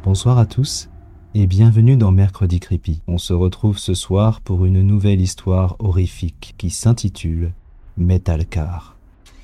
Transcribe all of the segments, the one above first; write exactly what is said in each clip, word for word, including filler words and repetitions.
Bonsoir à tous et bienvenue dans Mercredi Creepy. On se retrouve ce soir pour une nouvelle histoire horrifique qui s'intitule Metal Car.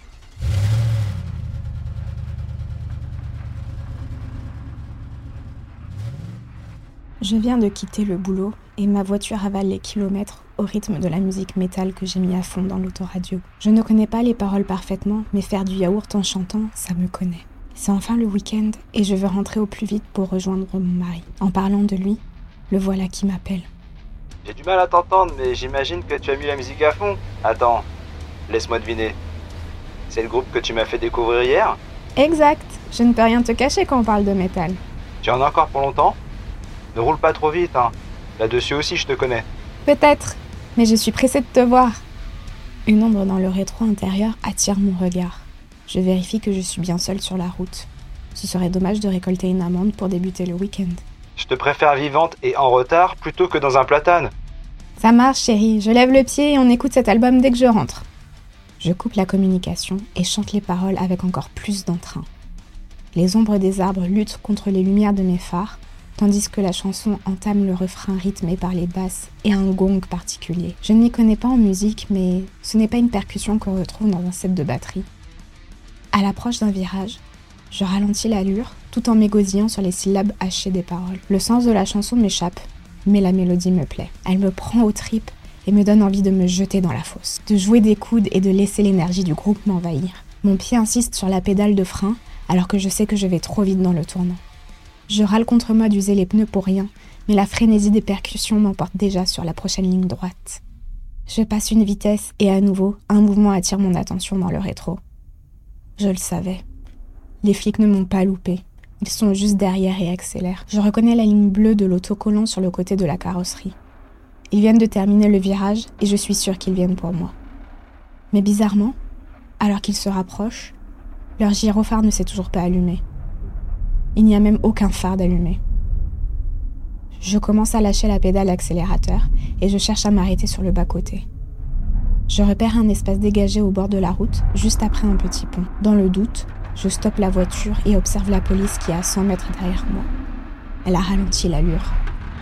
Je viens de quitter le boulot et ma voiture avale les kilomètres au rythme de la musique métal que j'ai mis à fond dans l'autoradio. Je ne connais pas les paroles parfaitement, mais faire du yaourt en chantant, ça me connaît. C'est enfin le week-end et je veux rentrer au plus vite pour rejoindre mon mari. En parlant de lui, le voilà qui m'appelle. J'ai du mal à t'entendre, mais j'imagine que tu as mis la musique à fond. Attends, laisse-moi deviner. C'est le groupe que tu m'as fait découvrir hier ? Exact, je ne peux rien te cacher quand on parle de métal. Tu en as encore pour longtemps ? Ne roule pas trop vite, hein. Là-dessus aussi, je te connais. Peut-être, mais je suis pressée de te voir. Une ombre dans le rétro intérieur attire mon regard. Je vérifie que je suis bien seule sur la route. Ce serait dommage de récolter une amende pour débuter le week-end. Je te préfère vivante et en retard plutôt que dans un platane. Ça marche, chérie. Je lève le pied et on écoute cet album dès que je rentre. Je coupe la communication et chante les paroles avec encore plus d'entrain. Les ombres des arbres luttent contre les lumières de mes phares, tandis que la chanson entame le refrain rythmé par les basses et un gong particulier. Je ne m'y connais pas en musique, mais ce n'est pas une percussion qu'on retrouve dans un set de batterie. À l'approche d'un virage, je ralentis l'allure tout en m'égosillant sur les syllabes hachées des paroles. Le sens de la chanson m'échappe, mais la mélodie me plaît. Elle me prend aux tripes et me donne envie de me jeter dans la fosse, de jouer des coudes et de laisser l'énergie du groupe m'envahir. Mon pied insiste sur la pédale de frein alors que je sais que je vais trop vite dans le tournant. Je râle contre moi d'user les pneus pour rien, mais la frénésie des percussions m'emporte déjà sur la prochaine ligne droite. Je passe une vitesse et à nouveau, un mouvement attire mon attention dans le rétro. Je le savais. Les flics ne m'ont pas loupé. Ils sont juste derrière et accélèrent. Je reconnais la ligne bleue de l'autocollant sur le côté de la carrosserie. Ils viennent de terminer le virage et je suis sûre qu'ils viennent pour moi. Mais bizarrement, alors qu'ils se rapprochent, leur gyrophare ne s'est toujours pas allumé. Il n'y a même aucun phare d'allumé. Je commence à lâcher la pédale accélérateur et je cherche à m'arrêter sur le bas-côté. Je repère un espace dégagé au bord de la route, juste après un petit pont. Dans le doute, je stoppe la voiture et observe la police qui est à cent mètres derrière moi. Elle a ralenti l'allure.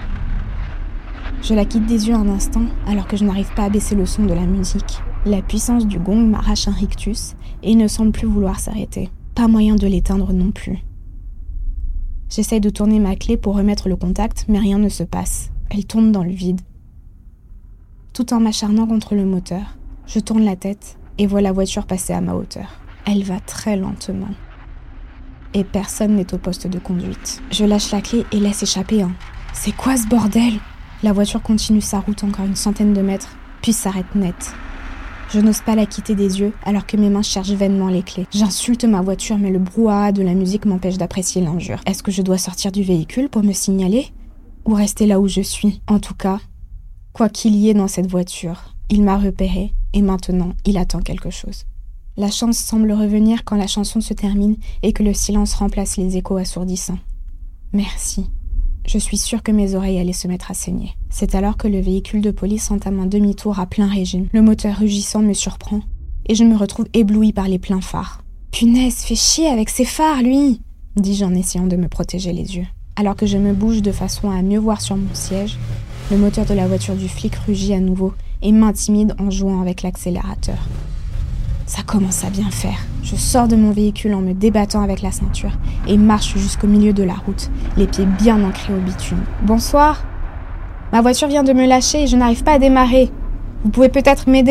Je la quitte des yeux un instant alors que je n'arrive pas à baisser le son de la musique. La puissance du gong m'arrache un rictus et il ne semble plus vouloir s'arrêter. Pas moyen de l'éteindre non plus. J'essaye de tourner ma clé pour remettre le contact, mais rien ne se passe. Elle tourne dans le vide. Tout en m'acharnant contre le moteur, je tourne la tête et vois la voiture passer à ma hauteur. Elle va très lentement. Et personne n'est au poste de conduite. Je lâche la clé et laisse échapper un « C'est quoi ce bordel ?» La voiture continue sa route encore une centaine de mètres, puis s'arrête net. Je n'ose pas la quitter des yeux alors que mes mains cherchent vainement les clés. J'insulte ma voiture mais le brouhaha de la musique m'empêche d'apprécier l'injure. Est-ce que je dois sortir du véhicule pour me signaler ? Ou rester là où je suis ? En tout cas, quoi qu'il y ait dans cette voiture, il m'a repéré et maintenant il attend quelque chose. La chance semble revenir quand la chanson se termine et que le silence remplace les échos assourdissants. Merci. Je suis sûre que mes oreilles allaient se mettre à saigner. C'est alors que le véhicule de police entame un demi-tour à plein régime. Le moteur rugissant me surprend et je me retrouve éblouie par les pleins phares. « Punaise, fait chier avec ses phares, lui !» dis-je en essayant de me protéger les yeux. Alors que je me bouge de façon à mieux voir sur mon siège, le moteur de la voiture du flic rugit à nouveau et m'intimide en jouant avec l'accélérateur. Ça commence à bien faire. Je sors de mon véhicule en me débattant avec la ceinture et marche jusqu'au milieu de la route, les pieds bien ancrés au bitume. « Bonsoir. Ma voiture vient de me lâcher et je n'arrive pas à démarrer. Vous pouvez peut-être m'aider ?»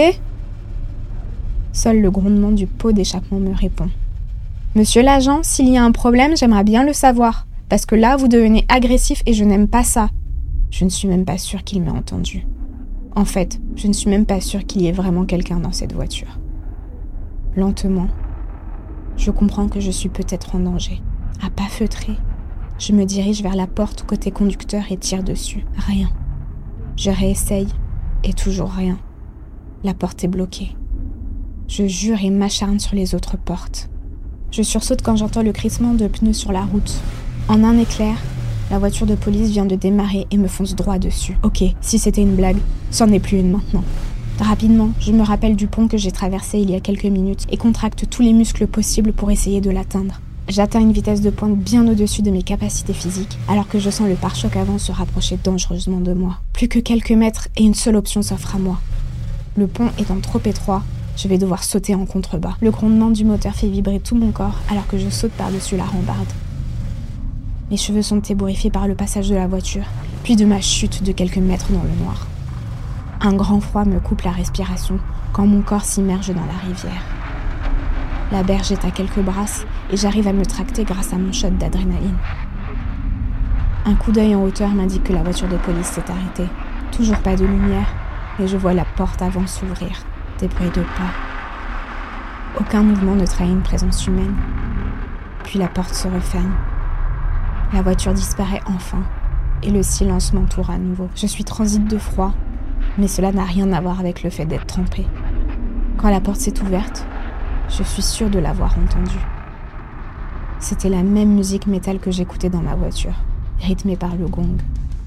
Seul le grondement du pot d'échappement me répond. « Monsieur l'agent, s'il y a un problème, j'aimerais bien le savoir. Parce que là, vous devenez agressif et je n'aime pas ça. » Je ne suis même pas sûre qu'il m'ait entendu. En fait, je ne suis même pas sûre qu'il y ait vraiment quelqu'un dans cette voiture. Lentement, je comprends que je suis peut-être en danger. À pas feutrer, je me dirige vers la porte côté conducteur et tire dessus. Rien. Je réessaye et toujours rien. La porte est bloquée. Je jure et m'acharne sur les autres portes. Je sursaute quand j'entends le crissement de pneus sur la route. En un éclair, la voiture de police vient de démarrer et me fonce droit dessus. Ok, si c'était une blague, c'en est plus une maintenant. Rapidement, je me rappelle du pont que j'ai traversé il y a quelques minutes et contracte tous les muscles possibles pour essayer de l'atteindre. J'atteins une vitesse de pointe bien au-dessus de mes capacités physiques, alors que je sens le pare-choc avant se rapprocher dangereusement de moi. Plus que quelques mètres et une seule option s'offre à moi. Le pont étant trop étroit, je vais devoir sauter en contrebas. Le grondement du moteur fait vibrer tout mon corps alors que je saute par-dessus la rambarde. Mes cheveux sont ébouriffés par le passage de la voiture, puis de ma chute de quelques mètres dans le noir. Un grand froid me coupe la respiration quand mon corps s'immerge dans la rivière. La berge est à quelques brasses et j'arrive à me tracter grâce à mon shot d'adrénaline. Un coup d'œil en hauteur m'indique que la voiture de police s'est arrêtée. Toujours pas de lumière, et je vois la porte avant s'ouvrir. Des bruits de pas. Aucun mouvement ne trahit une présence humaine. Puis la porte se referme. La voiture disparaît enfin, et le silence m'entoure à nouveau. Je suis transite de froid, mais cela n'a rien à voir avec le fait d'être trempée. Quand la porte s'est ouverte, je suis sûre de l'avoir entendue. C'était la même musique métal que j'écoutais dans ma voiture, rythmée par le gong.